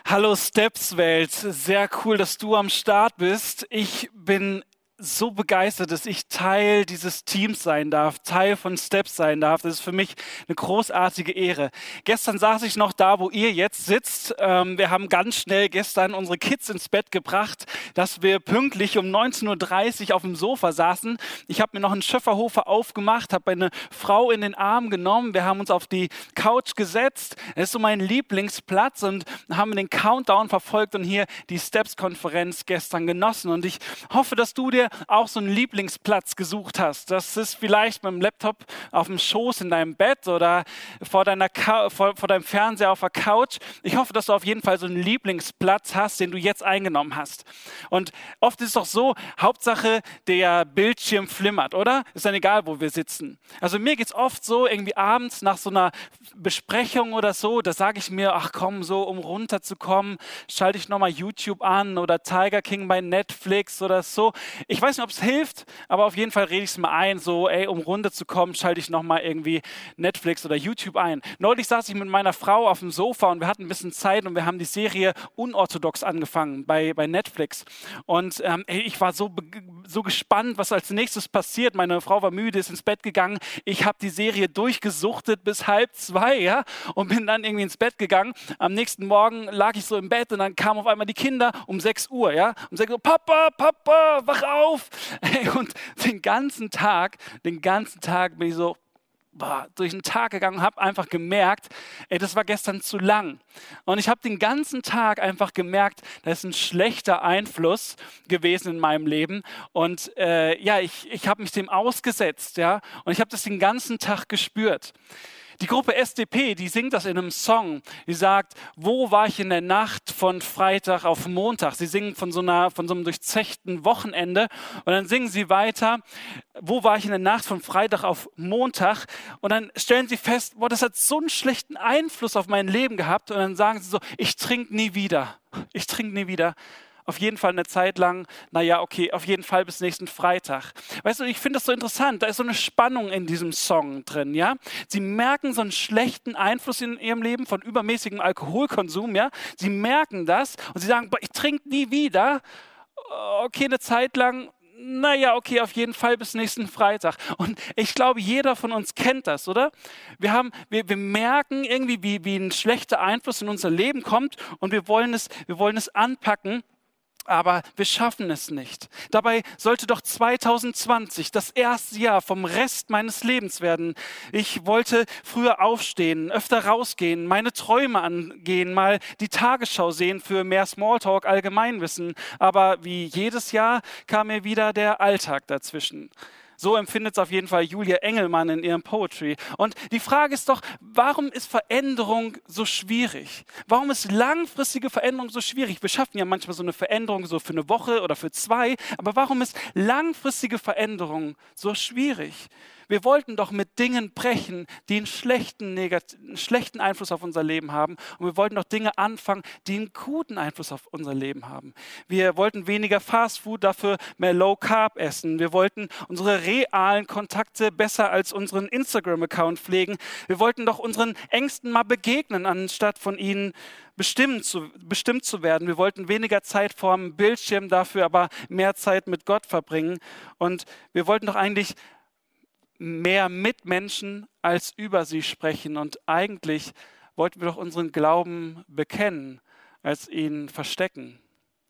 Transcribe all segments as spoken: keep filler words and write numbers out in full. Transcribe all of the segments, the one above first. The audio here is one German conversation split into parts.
Hallo Steps-Welt, sehr cool, dass du am Start bist. Ich bin so begeistert, dass ich Teil dieses Teams sein darf, Teil von Steps sein darf. Das ist für mich eine großartige Ehre. Gestern saß ich noch da, wo ihr jetzt sitzt. Ähm, wir haben ganz schnell gestern unsere Kids ins Bett gebracht, dass wir pünktlich um neunzehn Uhr dreißig auf dem Sofa saßen. Ich habe mir noch einen Schöfferhofer aufgemacht, habe meine Frau in den Arm genommen. Wir haben uns auf die Couch gesetzt. Das ist so mein Lieblingsplatz und haben den Countdown verfolgt und hier die Steps-Konferenz gestern genossen. Und ich hoffe, dass du dir auch so einen Lieblingsplatz gesucht hast. Das ist vielleicht mit dem Laptop auf dem Schoß in deinem Bett oder vor, deiner Ka- vor, vor deinem Fernseher auf der Couch. Ich hoffe, dass du auf jeden Fall so einen Lieblingsplatz hast, den du jetzt eingenommen hast. Und oft ist es doch so, Hauptsache der Bildschirm flimmert, oder? Ist dann egal, wo wir sitzen. Also mir geht es oft so, irgendwie abends nach so einer Besprechung oder so, da sage ich mir, ach komm, so um runterzukommen, schalte ich nochmal YouTube an oder Tiger King bei Netflix oder so. Ich weiß nicht, ob es hilft, aber auf jeden Fall rede ich es mir ein, so, ey, um runterzukommen, schalte ich nochmal irgendwie Netflix oder YouTube ein. Neulich saß ich mit meiner Frau auf dem Sofa und wir hatten ein bisschen Zeit und wir haben die Serie Unorthodox angefangen bei, bei Netflix. Und ähm, ey, ich war so, so gespannt, was als nächstes passiert. Meine Frau war müde, ist ins Bett gegangen. Ich habe die Serie durchgesuchtet bis halb zwei, ja, und bin dann irgendwie ins Bett gegangen. Am nächsten Morgen lag ich so im Bett und dann kamen auf einmal die Kinder um sechs Uhr, ja, um sechs Uhr, Papa, Papa, wach auf! Und den ganzen Tag, den ganzen Tag bin ich so boah, durch den Tag gegangen und habe einfach gemerkt, ey, das war gestern zu lang. Und ich habe den ganzen Tag einfach gemerkt, da ist ein schlechter Einfluss gewesen in meinem Leben. Und äh, ja, ich, ich habe mich dem ausgesetzt, ja, und ich habe das den ganzen Tag gespürt. Die Gruppe S D P, die singt das in einem Song. Die sagt, wo war ich in der Nacht von Freitag auf Montag? Sie singen von so, einer, von so einem durchzechten Wochenende. Und dann singen sie weiter, wo war ich in der Nacht von Freitag auf Montag? Und dann stellen sie fest, boah, das hat so einen schlechten Einfluss auf mein Leben gehabt. Und dann sagen sie so, ich trinke nie wieder. Ich trinke nie wieder. Auf jeden Fall eine Zeit lang, naja, okay, auf jeden Fall bis nächsten Freitag. Weißt du, ich finde das so interessant, da ist so eine Spannung in diesem Song drin, ja. Sie merken so einen schlechten Einfluss in ihrem Leben von übermäßigem Alkoholkonsum, ja. Sie merken das und sie sagen, boah, ich trinke nie wieder. Okay, eine Zeit lang, naja, okay, auf jeden Fall bis nächsten Freitag. Und ich glaube, jeder von uns kennt das, oder? Wir, haben, wir, wir merken irgendwie, wie, wie ein schlechter Einfluss in unser Leben kommt und wir wollen es, wir wollen es anpacken. Aber wir schaffen es nicht. Dabei sollte doch zwanzig zwanzig das erste Jahr vom Rest meines Lebens werden. Ich wollte früher aufstehen, öfter rausgehen, meine Träume angehen, mal die Tagesschau sehen für mehr Smalltalk, Allgemeinwissen. Aber wie jedes Jahr kam mir wieder der Alltag dazwischen. So empfindet es auf jeden Fall Julia Engelmann in ihrem Poetry. Und die Frage ist doch, warum ist Veränderung so schwierig? Warum ist langfristige Veränderung so schwierig? Wir schaffen ja manchmal so eine Veränderung so für eine Woche oder für zwei, aber warum ist langfristige Veränderung so schwierig? Wir wollten doch mit Dingen brechen, die einen schlechten, negat- einen schlechten Einfluss auf unser Leben haben. Und wir wollten doch Dinge anfangen, die einen guten Einfluss auf unser Leben haben. Wir wollten weniger Fastfood, dafür mehr Low Carb essen. Wir wollten unsere realen Kontakte besser als unseren Instagram-Account pflegen. Wir wollten doch unseren Ängsten mal begegnen, anstatt von ihnen bestimmt zu, bestimmt zu werden. Wir wollten weniger Zeit vorm Bildschirm, dafür aber mehr Zeit mit Gott verbringen. Und wir wollten doch eigentlich mehr mit Menschen als über sie sprechen. Und eigentlich wollten wir doch unseren Glauben bekennen, als ihn verstecken.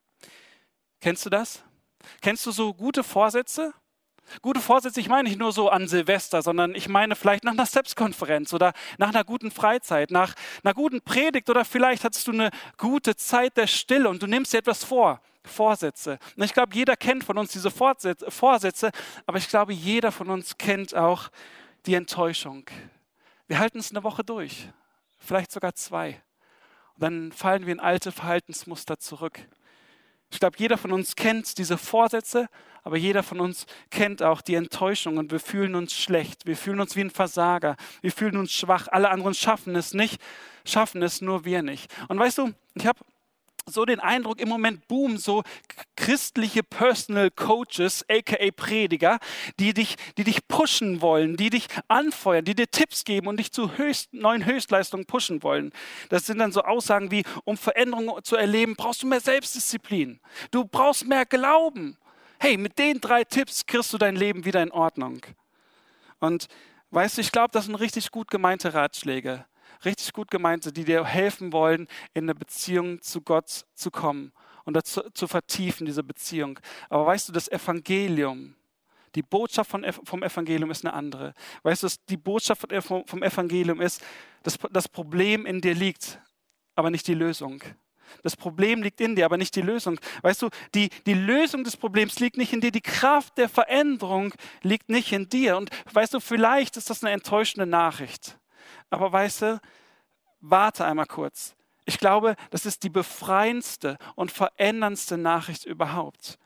Kennst du das? Kennst du so gute Vorsätze? Gute Vorsätze, ich meine nicht nur so an Silvester, sondern ich meine vielleicht nach einer Steps-Konferenz oder nach einer guten Freizeit, nach einer guten Predigt oder vielleicht hattest du eine gute Zeit der Stille und du nimmst dir etwas vor. Vorsätze. Und ich glaube, jeder kennt von uns diese Vorsätze, aber ich glaube, jeder von uns kennt auch die Enttäuschung. Wir halten es eine Woche durch, vielleicht sogar zwei. Und dann fallen wir in alte Verhaltensmuster zurück. Ich glaube, jeder von uns kennt diese Vorsätze, aber jeder von uns kennt auch die Enttäuschung und wir fühlen uns schlecht. Wir fühlen uns wie ein Versager. Wir fühlen uns schwach. Alle anderen schaffen es nicht, schaffen es nur wir nicht. Und weißt du, ich habe so den Eindruck, im Moment boomen so christliche Personal Coaches, aka Prediger, die dich, die dich pushen wollen, die dich anfeuern, die dir Tipps geben und dich zu höchst, neuen Höchstleistungen pushen wollen. Das sind dann so Aussagen wie, um Veränderungen zu erleben, brauchst du mehr Selbstdisziplin. Du brauchst mehr Glauben. Hey, mit den drei Tipps kriegst du dein Leben wieder in Ordnung. Und weißt du, ich glaube, das sind richtig gut gemeinte Ratschläge. Richtig gut gemeinte, die dir helfen wollen, in eine Beziehung zu Gott zu kommen und dazu, zu vertiefen, diese Beziehung. Aber weißt du, das Evangelium, die Botschaft von, vom Evangelium ist eine andere. Weißt du, die Botschaft vom Evangelium ist, dass das Problem in dir liegt, aber nicht die Lösung. Das Problem liegt in dir, aber nicht die Lösung. Weißt du, die, die Lösung des Problems liegt nicht in dir, die Kraft der Veränderung liegt nicht in dir. Und weißt du, vielleicht ist das eine enttäuschende Nachricht. Aber weißt du, warte einmal kurz. Ich glaube, das ist die befreiendste und veränderndste Nachricht überhaupt.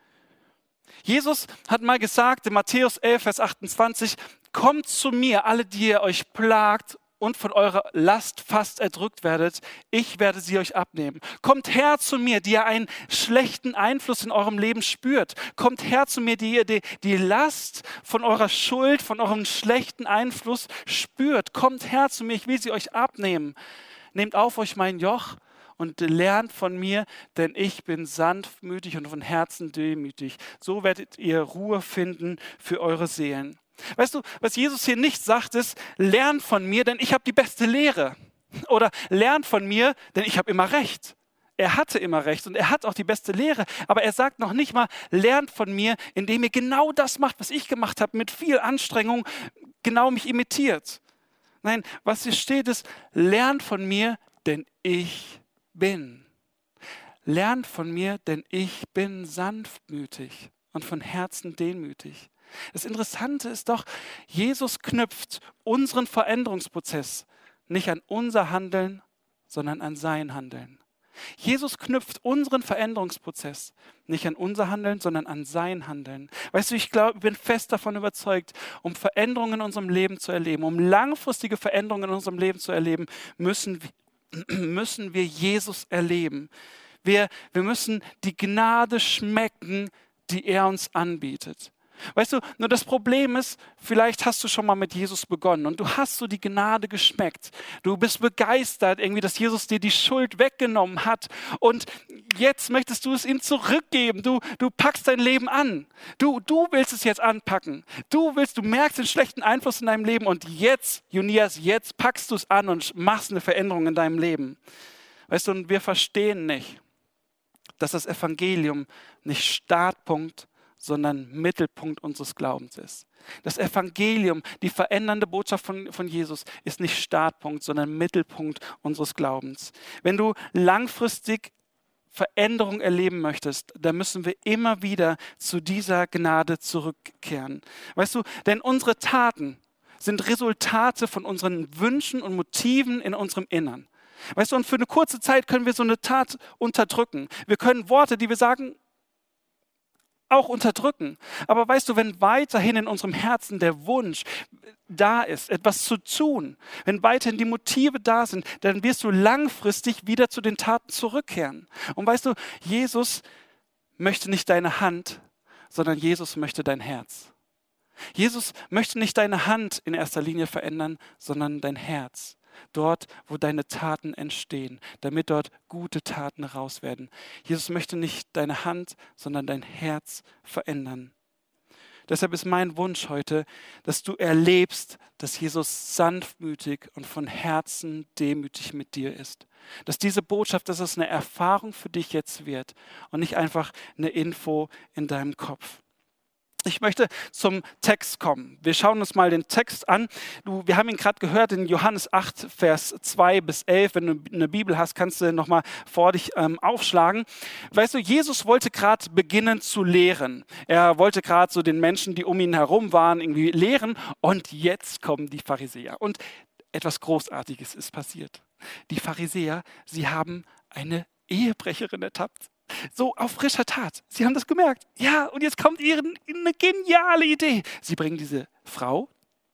Jesus hat mal gesagt in Matthäus elf, Vers achtundzwanzig, kommt zu mir, alle, die ihr euch plagt und von eurer Last fast erdrückt werdet, ich werde sie euch abnehmen. Kommt her zu mir, die ihr einen schlechten Einfluss in eurem Leben spürt. Kommt her zu mir, die ihr die, die Last von eurer Schuld, von eurem schlechten Einfluss spürt. Kommt her zu mir, ich will sie euch abnehmen. Nehmt auf euch mein Joch und lernt von mir, denn ich bin sanftmütig und von Herzen demütig. So werdet ihr Ruhe finden für eure Seelen. Weißt du, was Jesus hier nicht sagt, ist, lernt von mir, denn ich habe die beste Lehre. Oder lernt von mir, denn ich habe immer recht. Er hatte immer recht und er hat auch die beste Lehre. Aber er sagt noch nicht mal, lernt von mir, indem ihr genau das macht, was ich gemacht habe, mit viel Anstrengung, genau mich imitiert. Nein, was hier steht ist, lernt von mir, denn ich bin. Lernt von mir, denn ich bin sanftmütig und von Herzen demütig. Das Interessante ist doch, Jesus knüpft unseren Veränderungsprozess nicht an unser Handeln, sondern an sein Handeln. Jesus knüpft unseren Veränderungsprozess nicht an unser Handeln, sondern an sein Handeln. Weißt du, ich glaube, ich bin fest davon überzeugt, um Veränderungen in unserem Leben zu erleben, um langfristige Veränderungen in unserem Leben zu erleben, müssen wir, müssen wir Jesus erleben. Wir, wir müssen die Gnade schmecken, die er uns anbietet. Weißt du, nur das Problem ist, vielleicht hast du schon mal mit Jesus begonnen und du hast so die Gnade geschmeckt. Du bist begeistert irgendwie, dass Jesus dir die Schuld weggenommen hat und jetzt möchtest du es ihm zurückgeben. Du, du packst dein Leben an. Du, du willst es jetzt anpacken. Du willst, du merkst den schlechten Einfluss in deinem Leben und jetzt, Junias, jetzt packst du es an und machst eine Veränderung in deinem Leben. Weißt du, und wir verstehen nicht, dass das Evangelium nicht Startpunkt, sondern Mittelpunkt unseres Glaubens ist. Das Evangelium, die verändernde Botschaft von, von Jesus, ist nicht Startpunkt, sondern Mittelpunkt unseres Glaubens. Wenn du langfristig Veränderung erleben möchtest, dann müssen wir immer wieder zu dieser Gnade zurückkehren. Weißt du, denn unsere Taten sind Resultate von unseren Wünschen und Motiven in unserem Innern. Weißt du, und für eine kurze Zeit können wir so eine Tat unterdrücken. Wir können Worte, die wir sagen, auch unterdrücken. Aber weißt du, wenn weiterhin in unserem Herzen der Wunsch da ist, etwas zu tun, wenn weiterhin die Motive da sind, dann wirst du langfristig wieder zu den Taten zurückkehren. Und weißt du, Jesus möchte nicht deine Hand, sondern Jesus möchte dein Herz. Jesus möchte nicht deine Hand in erster Linie verändern, sondern dein Herz. Dort, wo deine Taten entstehen, damit dort gute Taten raus werden. Jesus möchte nicht deine Hand, sondern dein Herz verändern. Deshalb ist mein Wunsch heute, dass du erlebst, dass Jesus sanftmütig und von Herzen demütig mit dir ist. Dass diese Botschaft, dass es eine Erfahrung für dich jetzt wird und nicht einfach eine Info in deinem Kopf. Ich möchte zum Text kommen. Wir schauen uns mal den Text an. Du, wir haben ihn gerade gehört in Johannes acht, Vers zwei bis elf. Wenn du eine Bibel hast, kannst du nochmal vor dich ähm, aufschlagen. Weißt du, Jesus wollte gerade beginnen zu lehren. Er wollte gerade so den Menschen, die um ihn herum waren, irgendwie lehren. Und jetzt kommen die Pharisäer. Und etwas Großartiges ist passiert. Die Pharisäer, sie haben eine Ehebrecherin ertappt. So auf frischer Tat. Sie haben das gemerkt. Ja, und jetzt kommt ihnen eine geniale Idee. Sie bringen diese Frau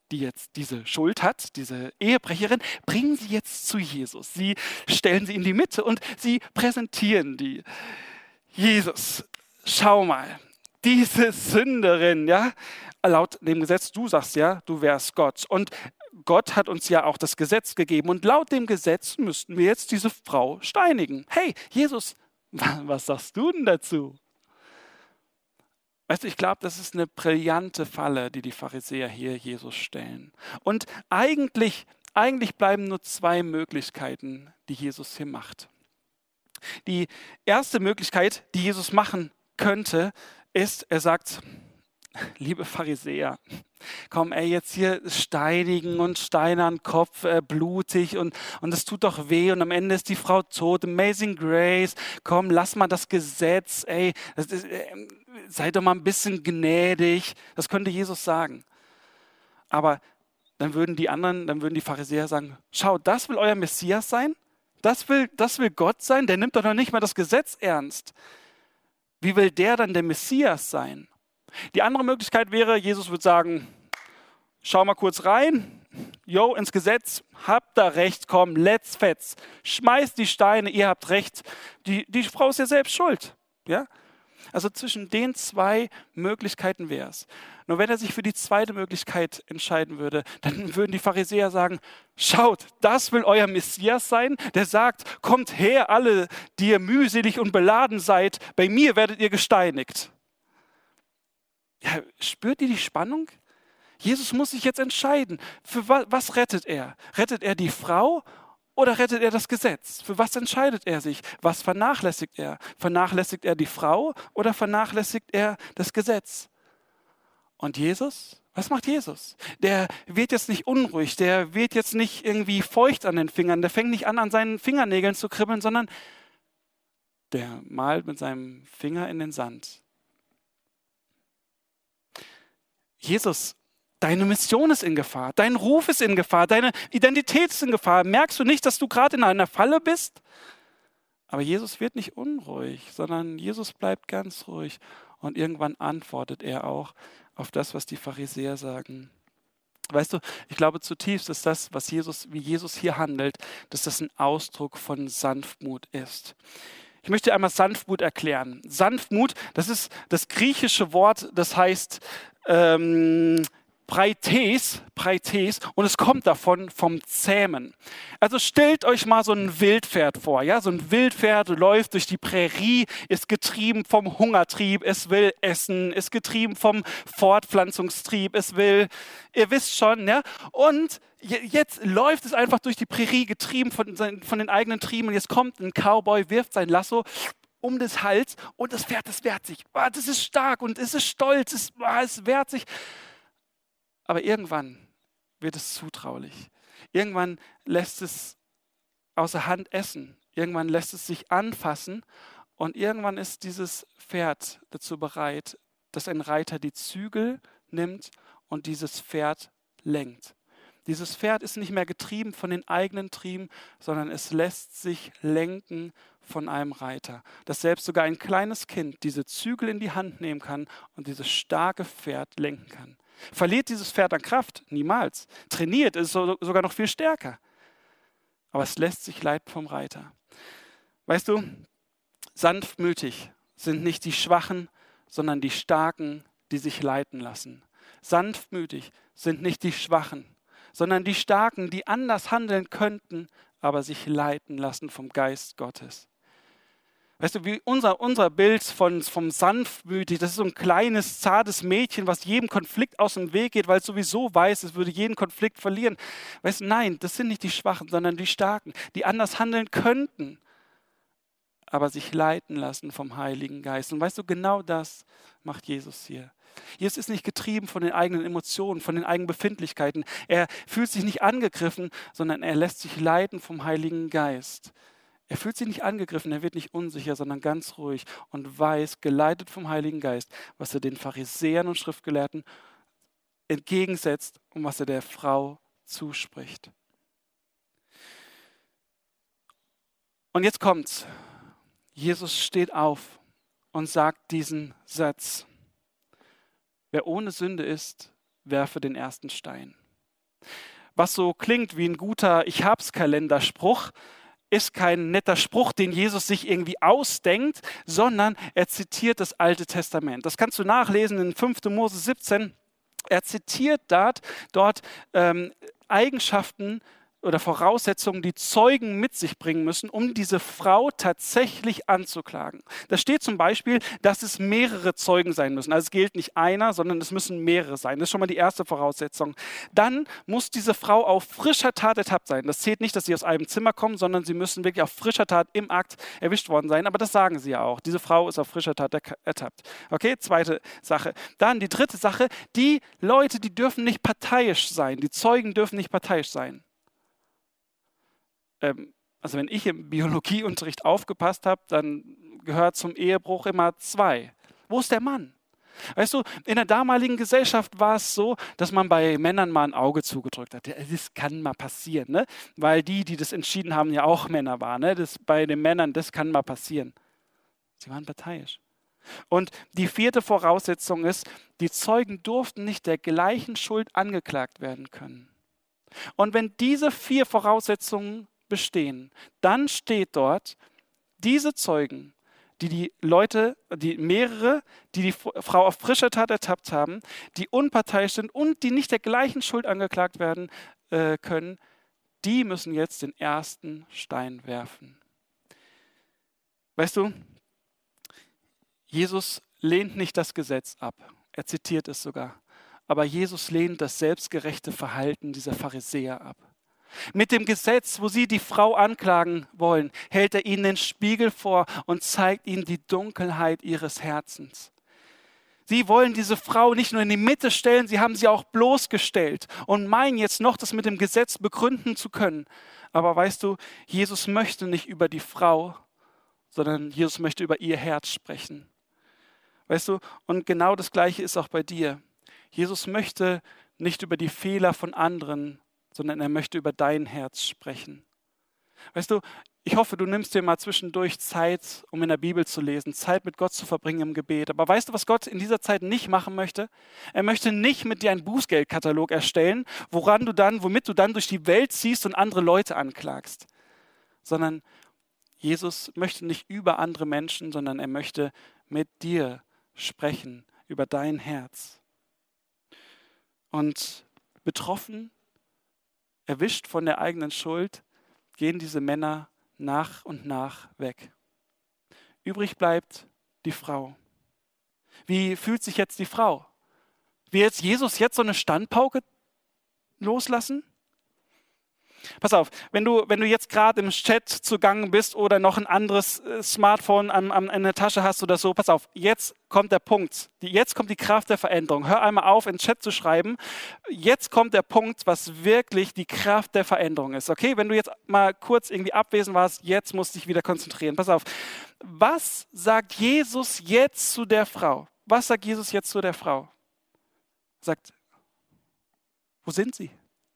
die jetzt diese Schuld hat, diese Ehebrecherin, bringen sie jetzt zu Jesus. Sie stellen sie in die Mitte und sie präsentieren die. Jesus, schau mal, diese Sünderin, ja, laut dem Gesetz, du sagst ja, du wärst Gott. Und Gott hat uns ja auch das Gesetz gegeben. Und laut dem Gesetz müssten wir jetzt diese Frau steinigen. Hey, Jesus, was sagst du denn dazu? Weißt du, ich glaube, das ist eine brillante Falle, die die Pharisäer hier Jesus stellen. Und eigentlich, eigentlich bleiben nur zwei Möglichkeiten, die Jesus hier macht. Die erste Möglichkeit, die Jesus machen könnte, ist, er sagt, liebe Pharisäer, komm, ey, jetzt hier steinigen und steinern Kopf, äh, blutig und, und das tut doch weh und am Ende ist die Frau tot. Amazing Grace, komm, lass mal das Gesetz, ey, das ist, äh, sei doch mal ein bisschen gnädig. Das könnte Jesus sagen. Aber dann würden die anderen, dann würden die Pharisäer sagen, schau, das will euer Messias sein? Das will, das will Gott sein? Der nimmt doch noch nicht mal das Gesetz ernst. Wie will der dann der Messias sein? Die andere Möglichkeit wäre, Jesus würde sagen, schau mal kurz rein, yo, ins Gesetz, habt da recht, komm, let's fetz, schmeißt die Steine, ihr habt recht, die, die Frau ist ja selbst schuld. Ja? Also zwischen den zwei Möglichkeiten wäre es. Nur wenn er sich für die zweite Möglichkeit entscheiden würde, dann würden die Pharisäer sagen, schaut, das will euer Messias sein, der sagt, kommt her alle, die ihr mühselig und beladen seid, bei mir werdet ihr gesteinigt. Ja, spürt ihr die Spannung? Jesus muss sich jetzt entscheiden. Für was, was rettet er? Rettet er die Frau oder rettet er das Gesetz? Für was entscheidet er sich? Was vernachlässigt er? Vernachlässigt er die Frau oder vernachlässigt er das Gesetz? Und Jesus? Was macht Jesus? Der wird jetzt nicht unruhig, der wird jetzt nicht irgendwie feucht an den Fingern, der fängt nicht an, an seinen Fingernägeln zu kribbeln, sondern der malt mit seinem Finger in den Sand. Jesus, deine Mission ist in Gefahr, dein Ruf ist in Gefahr, deine Identität ist in Gefahr. Merkst du nicht, dass du gerade in einer Falle bist? Aber Jesus wird nicht unruhig, sondern Jesus bleibt ganz ruhig. Und irgendwann antwortet er auch auf das, was die Pharisäer sagen. Weißt du, ich glaube zutiefst, dass das, was Jesus, wie Jesus hier handelt, dass das ein Ausdruck von Sanftmut ist. Ich möchte einmal Sanftmut erklären. Sanftmut, das ist das griechische Wort, das heißt ähm, Preites, Preites, und es kommt davon vom Zähmen. Also stellt euch mal so ein Wildpferd vor. Ja? So ein Wildpferd läuft durch die Prärie, ist getrieben vom Hungertrieb, es will essen, ist getrieben vom Fortpflanzungstrieb, es will, ihr wisst schon, ja. Und jetzt läuft es einfach durch die Prärie, getrieben von, seinen, von den eigenen Trieben. Und jetzt kommt ein Cowboy, wirft sein Lasso um das Hals und das Pferd, das wehrt sich. Oh, das ist stark und es ist stolz, es, oh, es wehrt sich. Aber irgendwann wird es zutraulich. Irgendwann lässt es außer Hand essen. Irgendwann lässt es sich anfassen. Und irgendwann ist dieses Pferd dazu bereit, dass ein Reiter die Zügel nimmt und dieses Pferd lenkt. Dieses Pferd ist nicht mehr getrieben von den eigenen Trieben, sondern es lässt sich lenken von einem Reiter. Dass selbst sogar ein kleines Kind diese Zügel in die Hand nehmen kann und dieses starke Pferd lenken kann. Verliert dieses Pferd an Kraft? Niemals. Trainiert ist es sogar noch viel stärker. Aber es lässt sich leiten vom Reiter. Weißt du, sanftmütig sind nicht die Schwachen, sondern die Starken, die sich leiten lassen. Sanftmütig sind nicht die Schwachen, sondern die Starken, die anders handeln könnten, aber sich leiten lassen vom Geist Gottes. Weißt du, wie unser, unser Bild von, vom sanftmütig, das ist so ein kleines, zartes Mädchen, was jedem Konflikt aus dem Weg geht, weil es sowieso weiß, es würde jeden Konflikt verlieren. Weißt du, nein, das sind nicht die Schwachen, sondern die Starken, die anders handeln könnten, aber sich leiten lassen vom Heiligen Geist. Und weißt du, genau das macht Jesus hier. Jesus ist nicht getrieben von den eigenen Emotionen, von den eigenen Befindlichkeiten. Er fühlt sich nicht angegriffen, sondern er lässt sich leiten vom Heiligen Geist. Er fühlt sich nicht angegriffen, er wird nicht unsicher, sondern ganz ruhig und weiß, geleitet vom Heiligen Geist, was er den Pharisäern und Schriftgelehrten entgegensetzt und was er der Frau zuspricht. Und jetzt kommt's. Jesus steht auf und sagt diesen Satz: Wer ohne Sünde ist, werfe den ersten Stein. Was so klingt wie ein guter Ich-hab's-Kalenderspruch, ist kein netter Spruch, den Jesus sich irgendwie ausdenkt, sondern er zitiert das Alte Testament. Das kannst du nachlesen in fünfter Mose siebzehn. Er zitiert dort, dort ähm, Eigenschaften oder Voraussetzungen, die Zeugen mit sich bringen müssen, um diese Frau tatsächlich anzuklagen. Da steht zum Beispiel, dass es mehrere Zeugen sein müssen. Also es gilt nicht einer, sondern es müssen mehrere sein. Das ist schon mal die erste Voraussetzung. Dann muss diese Frau auf frischer Tat ertappt sein. Das zählt nicht, dass sie aus einem Zimmer kommen, sondern sie müssen wirklich auf frischer Tat im Akt erwischt worden sein. Aber das sagen sie ja auch. Diese Frau ist auf frischer Tat ertappt. Okay, zweite Sache. Dann die dritte Sache. Die Leute, die dürfen nicht parteiisch sein. Die Zeugen dürfen nicht parteiisch sein. Also wenn ich im Biologieunterricht aufgepasst habe, dann gehört zum Ehebruch immer zwei. Wo ist der Mann? Weißt du, in der damaligen Gesellschaft war es so, dass man bei Männern mal ein Auge zugedrückt hat. Ja, das kann mal passieren, ne? Weil die, die das entschieden haben, ja auch Männer waren. Ne? Das, bei den Männern, das kann mal passieren. Sie waren parteiisch. Und die vierte Voraussetzung ist, die Zeugen durften nicht der gleichen Schuld angeklagt werden können. Und wenn diese vier Voraussetzungen bestehen, dann steht dort, diese Zeugen, die die Leute, die mehrere, die die Frau auf frischer Tat ertappt haben, die unparteiisch sind und die nicht der gleichen Schuld angeklagt werden äh, können, die müssen jetzt den ersten Stein werfen. Weißt du, Jesus lehnt nicht das Gesetz ab, er zitiert es sogar, aber Jesus lehnt das selbstgerechte Verhalten dieser Pharisäer ab. Mit dem Gesetz, wo sie die Frau anklagen wollen, hält er ihnen den Spiegel vor und zeigt ihnen die Dunkelheit ihres Herzens. Sie wollen diese Frau nicht nur in die Mitte stellen, sie haben sie auch bloßgestellt und meinen jetzt noch, das mit dem Gesetz begründen zu können. Aber weißt du, Jesus möchte nicht über die Frau, sondern Jesus möchte über ihr Herz sprechen. Weißt du, und genau das Gleiche ist auch bei dir. Jesus möchte nicht über die Fehler von anderen, sondern er möchte über dein Herz sprechen. Weißt du, ich hoffe, du nimmst dir mal zwischendurch Zeit, um in der Bibel zu lesen, Zeit mit Gott zu verbringen im Gebet. Aber weißt du, was Gott in dieser Zeit nicht machen möchte? Er möchte nicht mit dir einen Bußgeldkatalog erstellen, woran du dann, womit du dann durch die Welt ziehst und andere Leute anklagst. Sondern Jesus möchte nicht über andere Menschen, sondern er möchte mit dir sprechen, über dein Herz. Und betroffen, erwischt von der eigenen Schuld, gehen diese Männer nach und nach weg. Übrig bleibt die Frau. Wie fühlt sich jetzt die Frau? Will jetzt Jesus jetzt so eine Standpauke loslassen? Pass auf, wenn du, wenn du jetzt gerade im Chat zugange bist oder noch ein anderes Smartphone an, an, in der Tasche hast oder so, pass auf, jetzt kommt der Punkt. Die, jetzt kommt die Kraft der Veränderung. Hör einmal auf, in den Chat zu schreiben. Jetzt kommt der Punkt, was wirklich die Kraft der Veränderung ist. Okay, wenn du jetzt mal kurz irgendwie abwesend warst, jetzt musst du dich wieder konzentrieren. Pass auf, was sagt Jesus jetzt zu der Frau? Was sagt Jesus jetzt zu der Frau? Er sagt, wo sind sie?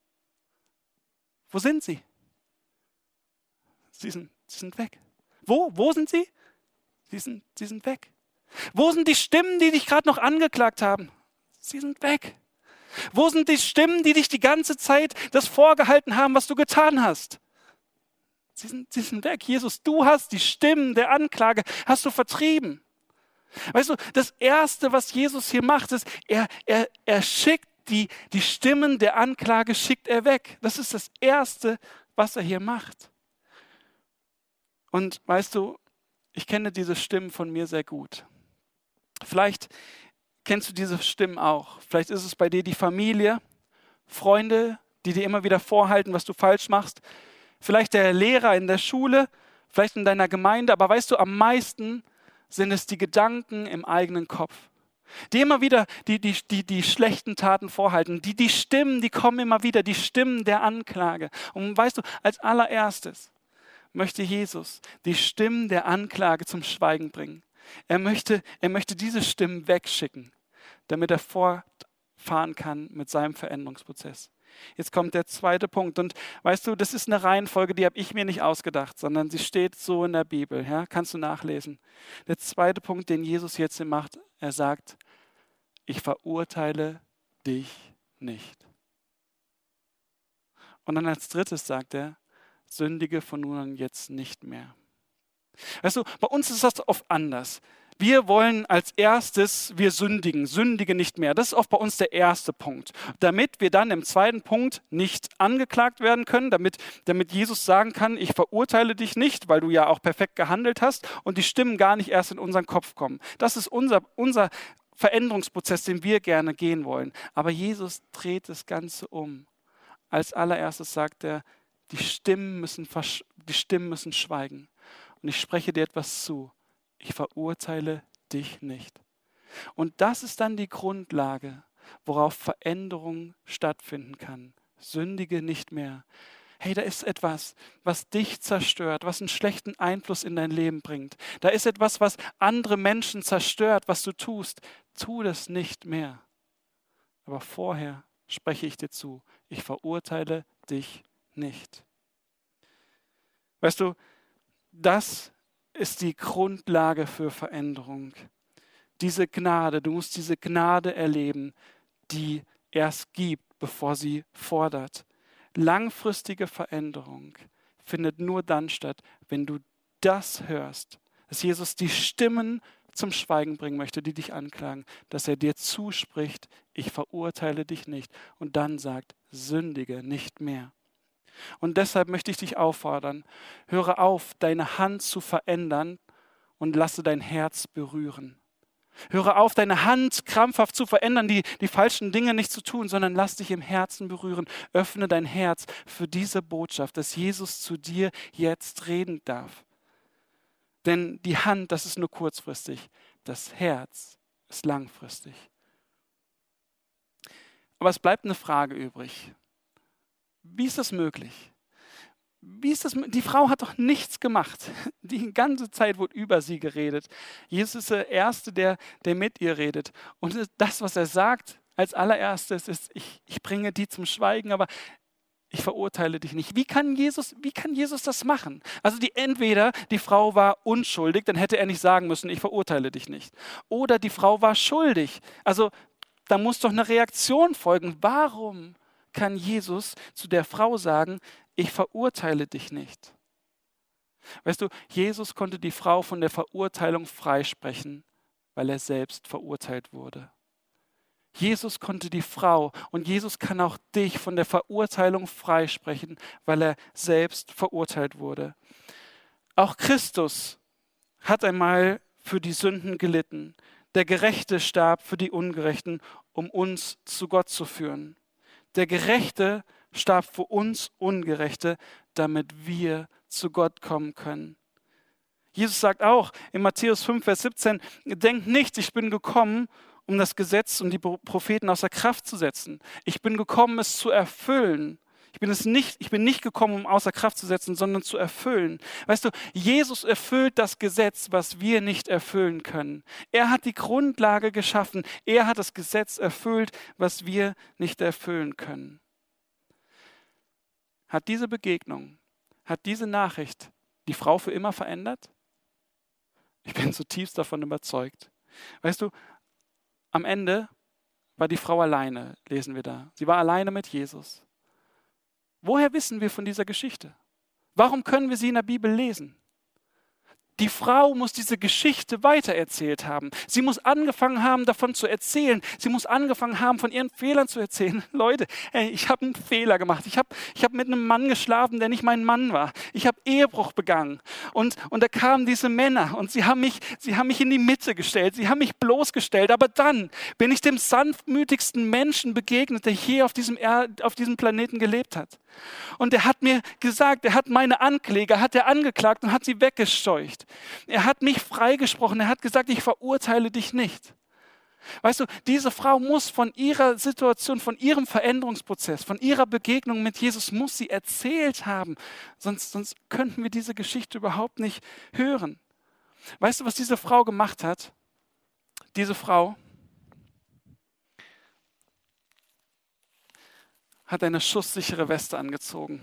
Wo sind sie? Sie sind, sie sind weg. Wo? Wo sind sie? Sie sind, sie sind weg. Wo sind die Stimmen, die dich gerade noch angeklagt haben? Sie sind weg. Wo sind die Stimmen, die dich die ganze Zeit das vorgehalten haben, was du getan hast? Sie sind, sie sind weg. Jesus, du hast die Stimmen der Anklage, hast du vertrieben. Weißt du, das Erste, was Jesus hier macht, ist, er, er, er schickt Die, die Stimmen der Anklage schickt er weg. Das ist das Erste, was er hier macht. Und weißt du, ich kenne diese Stimmen von mir sehr gut. Vielleicht kennst du diese Stimmen auch. Vielleicht ist es bei dir die Familie, Freunde, die dir immer wieder vorhalten, was du falsch machst. Vielleicht der Lehrer in der Schule, vielleicht in deiner Gemeinde. Aber weißt du, am meisten sind es die Gedanken im eigenen Kopf. Die immer wieder die, die, die, die schlechten Taten vorhalten. Die, die Stimmen, die kommen immer wieder, die Stimmen der Anklage. Und weißt du, als allererstes möchte Jesus die Stimmen der Anklage zum Schweigen bringen. Er möchte, er möchte diese Stimmen wegschicken, damit er fortfahren kann mit seinem Veränderungsprozess. Jetzt kommt der zweite Punkt. Und weißt du, das ist eine Reihenfolge, die habe ich mir nicht ausgedacht, sondern sie steht so in der Bibel. Ja? Kannst du nachlesen. Der zweite Punkt, den Jesus jetzt hier macht, er sagt, ich verurteile dich nicht. Und dann als drittes sagt er, sündige von nun an jetzt nicht mehr. Weißt du, bei uns ist das oft anders. Wir wollen als erstes, wir sündigen, sündige nicht mehr. Das ist oft bei uns der erste Punkt. Damit wir dann im zweiten Punkt nicht angeklagt werden können, damit, damit Jesus sagen kann, ich verurteile dich nicht, weil du ja auch perfekt gehandelt hast und die Stimmen gar nicht erst in unseren Kopf kommen. Das ist unser, unser Veränderungsprozess, den wir gerne gehen wollen. Aber Jesus dreht das Ganze um. Als allererstes sagt er, die Stimmen müssen, die Stimmen müssen schweigen. Und ich spreche dir etwas zu. Ich verurteile dich nicht. Und das ist dann die Grundlage, worauf Veränderung stattfinden kann. Sündige nicht mehr. Hey, da ist etwas, was dich zerstört, was einen schlechten Einfluss in dein Leben bringt. Da ist etwas, was andere Menschen zerstört, was du tust. Tu das nicht mehr. Aber vorher spreche ich dir zu. Ich verurteile dich nicht. Weißt du, das ist die Grundlage für Veränderung. Diese Gnade, du musst diese Gnade erleben, die erst gibt, bevor sie fordert. Langfristige Veränderung findet nur dann statt, wenn du das hörst, dass Jesus die Stimmen zum Schweigen bringen möchte, die dich anklagen, dass er dir zuspricht, ich verurteile dich nicht und dann sagt, sündige nicht mehr. Und deshalb möchte ich dich auffordern, höre auf, deine Hand zu verändern und lasse dein Herz berühren. Höre auf, deine Hand krampfhaft zu verändern, die, die falschen Dinge nicht zu tun, sondern lass dich im Herzen berühren. Öffne dein Herz für diese Botschaft, dass Jesus zu dir jetzt reden darf. Denn die Hand, das ist nur kurzfristig, das Herz ist langfristig. Aber es bleibt eine Frage übrig. Wie ist das möglich? Wie ist das? Die Frau hat doch nichts gemacht. Die ganze Zeit wurde über sie geredet. Jesus ist der Erste, der, der mit ihr redet. Und das, was er sagt als allererstes, ist, ich, ich bringe die zum Schweigen, aber ich verurteile dich nicht. Wie kann Jesus, wie kann Jesus das machen? Also die, entweder die Frau war unschuldig, dann hätte er nicht sagen müssen, ich verurteile dich nicht. Oder die Frau war schuldig. Also da muss doch eine Reaktion folgen. Warum kann Jesus zu der Frau sagen, ich verurteile dich nicht? Weißt du, Jesus konnte die Frau von der Verurteilung freisprechen, weil er selbst verurteilt wurde. Jesus konnte die Frau und Jesus kann auch dich von der Verurteilung freisprechen, weil er selbst verurteilt wurde. Auch Christus hat einmal für die Sünden gelitten. Der Gerechte starb für die Ungerechten, um uns zu Gott zu führen. Der Gerechte starb für uns Ungerechte, damit wir zu Gott kommen können. Jesus sagt auch in Matthäus fünf, Vers siebzehn, denkt nicht, ich bin gekommen, um das Gesetz und die Propheten außer Kraft zu setzen. Ich bin gekommen, es zu erfüllen. Ich bin, es nicht, ich bin nicht gekommen, um außer Kraft zu setzen, sondern zu erfüllen. Weißt du, Jesus erfüllt das Gesetz, was wir nicht erfüllen können. Er hat die Grundlage geschaffen. Er hat das Gesetz erfüllt, was wir nicht erfüllen können. Hat diese Begegnung, hat diese Nachricht die Frau für immer verändert? Ich bin zutiefst davon überzeugt. Weißt du, am Ende war die Frau alleine, lesen wir da. Sie war alleine mit Jesus. Woher wissen wir von dieser Geschichte? Warum können wir sie in der Bibel lesen? Die Frau muss diese Geschichte weitererzählt haben. Sie muss angefangen haben, davon zu erzählen. Sie muss angefangen haben, von ihren Fehlern zu erzählen. Leute, ey, ich habe einen Fehler gemacht. Ich habe ich hab mit einem Mann geschlafen, der nicht mein Mann war. Ich habe Ehebruch begangen. Und, und da kamen diese Männer und sie haben, mich, sie haben mich in die Mitte gestellt. Sie haben mich bloßgestellt. Aber dann bin ich dem sanftmütigsten Menschen begegnet, der je auf diesem, er auf diesem Planeten gelebt hat. Und er hat mir gesagt, er hat meine Ankläger, hat er angeklagt und hat sie weggescheucht. Er hat mich freigesprochen, er hat gesagt, ich verurteile dich nicht. Weißt du, diese Frau muss von ihrer Situation, von ihrem Veränderungsprozess, von ihrer Begegnung mit Jesus, muss sie erzählt haben. Sonst, sonst könnten wir diese Geschichte überhaupt nicht hören. Weißt du, was diese Frau gemacht hat? Diese Frau hat eine schusssichere Weste angezogen.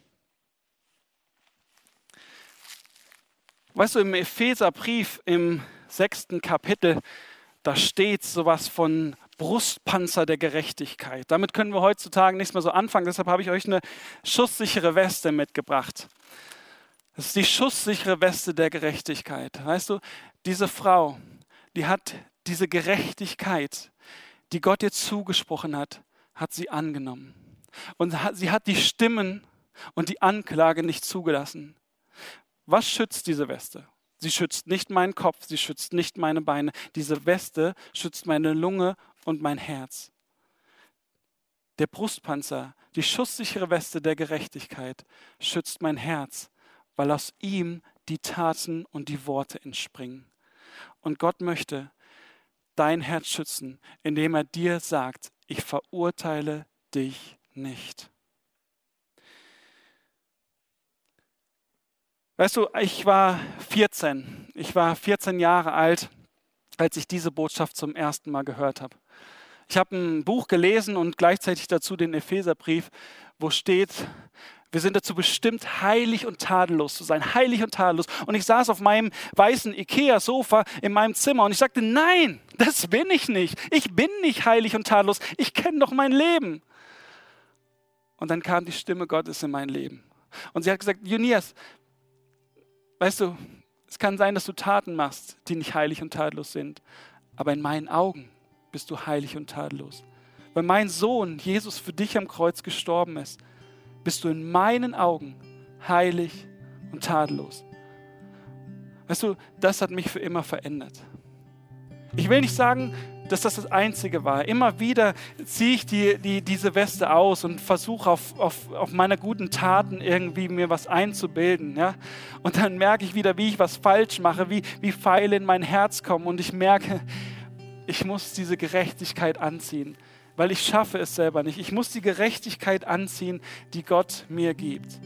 Weißt du, im Epheserbrief im sechsten Kapitel, da steht sowas von Brustpanzer der Gerechtigkeit. Damit können wir heutzutage nichts mehr so anfangen. Deshalb habe ich euch eine schusssichere Weste mitgebracht. Das ist die schusssichere Weste der Gerechtigkeit. Weißt du, diese Frau, die hat diese Gerechtigkeit, die Gott ihr zugesprochen hat, hat sie angenommen. Und sie hat die Stimmen und die Anklage nicht zugelassen. Was schützt diese Weste? Sie schützt nicht meinen Kopf, sie schützt nicht meine Beine. Diese Weste schützt meine Lunge und mein Herz. Der Brustpanzer, die schusssichere Weste der Gerechtigkeit, schützt mein Herz, weil aus ihm die Taten und die Worte entspringen. Und Gott möchte dein Herz schützen, indem er dir sagt, ich verurteile dich nicht. Weißt du, ich war vierzehn. Ich war vierzehn Jahre alt, als ich diese Botschaft zum ersten Mal gehört habe. Ich habe ein Buch gelesen und gleichzeitig dazu den Epheserbrief, wo steht, wir sind dazu bestimmt, heilig und tadellos zu sein. Heilig und tadellos. Und ich saß auf meinem weißen Ikea-Sofa in meinem Zimmer und ich sagte, nein, das bin ich nicht. Ich bin nicht heilig und tadellos. Ich kenne doch mein Leben. Und dann kam die Stimme Gottes in mein Leben. Und sie hat gesagt, Junias, weißt du, es kann sein, dass du Taten machst, die nicht heilig und tadellos sind. Aber in meinen Augen bist du heilig und tadellos. Weil mein Sohn, Jesus, für dich am Kreuz gestorben ist, bist du in meinen Augen heilig und tadellos. Weißt du, das hat mich für immer verändert. Ich will nicht sagen, dass das das Einzige war. Immer wieder ziehe ich die, die, diese Weste aus und versuche auf, auf, auf meine guten Taten irgendwie mir was einzubilden. Ja? Und dann merke ich wieder, wie ich was falsch mache, wie, wie Pfeile in mein Herz kommen. Und ich merke, ich muss diese Gerechtigkeit anziehen, weil ich schaffe es selber nicht. Ich muss die Gerechtigkeit anziehen, die Gott mir gibt.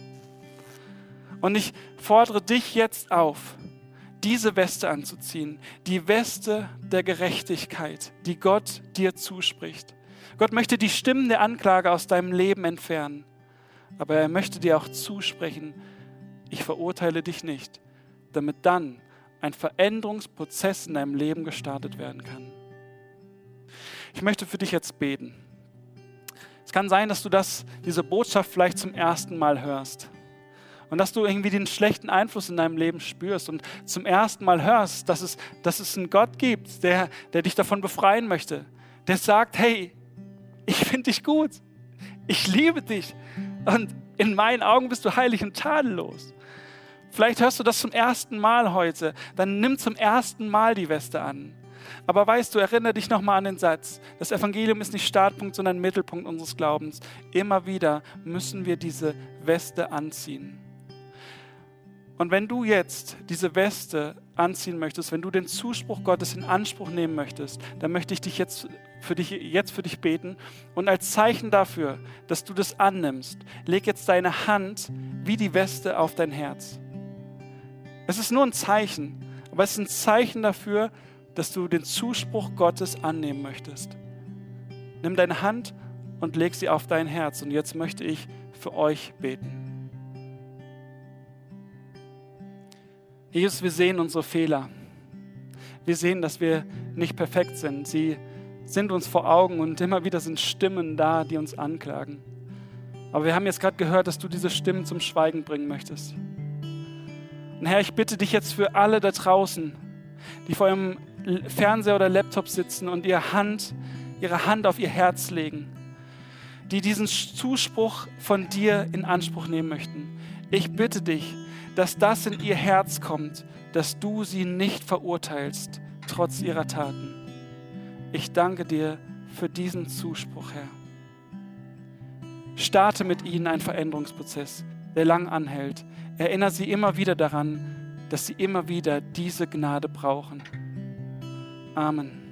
Und ich fordere dich jetzt auf, diese Weste anzuziehen, die Weste der Gerechtigkeit, die Gott dir zuspricht. Gott möchte die Stimmen der Anklage aus deinem Leben entfernen, aber er möchte dir auch zusprechen, ich verurteile dich nicht, damit dann ein Veränderungsprozess in deinem Leben gestartet werden kann. Ich möchte für dich jetzt beten. Es kann sein, dass du das, diese Botschaft vielleicht zum ersten Mal hörst. Und dass du irgendwie den schlechten Einfluss in deinem Leben spürst und zum ersten Mal hörst, dass es, dass es einen Gott gibt, der, der dich davon befreien möchte. Der sagt, hey, ich finde dich gut, ich liebe dich und in meinen Augen bist du heilig und tadellos. Vielleicht hörst du das zum ersten Mal heute, dann nimm zum ersten Mal die Weste an. Aber weißt du, erinnere dich nochmal an den Satz, das Evangelium ist nicht Startpunkt, sondern Mittelpunkt unseres Glaubens. Immer wieder müssen wir diese Weste anziehen. Und wenn du jetzt diese Weste anziehen möchtest, wenn du den Zuspruch Gottes in Anspruch nehmen möchtest, dann möchte ich dich jetzt für dich, jetzt für dich beten. Und als Zeichen dafür, dass du das annimmst, leg jetzt deine Hand wie die Weste auf dein Herz. Es ist nur ein Zeichen, aber es ist ein Zeichen dafür, dass du den Zuspruch Gottes annehmen möchtest. Nimm deine Hand und leg sie auf dein Herz. Und jetzt möchte ich für euch beten. Jesus, wir sehen unsere Fehler. Wir sehen, dass wir nicht perfekt sind. Sie sind uns vor Augen und immer wieder sind Stimmen da, die uns anklagen. Aber wir haben jetzt gerade gehört, dass du diese Stimmen zum Schweigen bringen möchtest. Und Herr, ich bitte dich jetzt für alle da draußen, die vor ihrem Fernseher oder Laptop sitzen und ihre Hand, ihre Hand auf ihr Herz legen, die diesen Zuspruch von dir in Anspruch nehmen möchten. Ich bitte dich, dass das in ihr Herz kommt, dass du sie nicht verurteilst, trotz ihrer Taten. Ich danke dir für diesen Zuspruch, Herr. Starte mit ihnen einen Veränderungsprozess, der lang anhält. Erinnere sie immer wieder daran, dass sie immer wieder diese Gnade brauchen. Amen.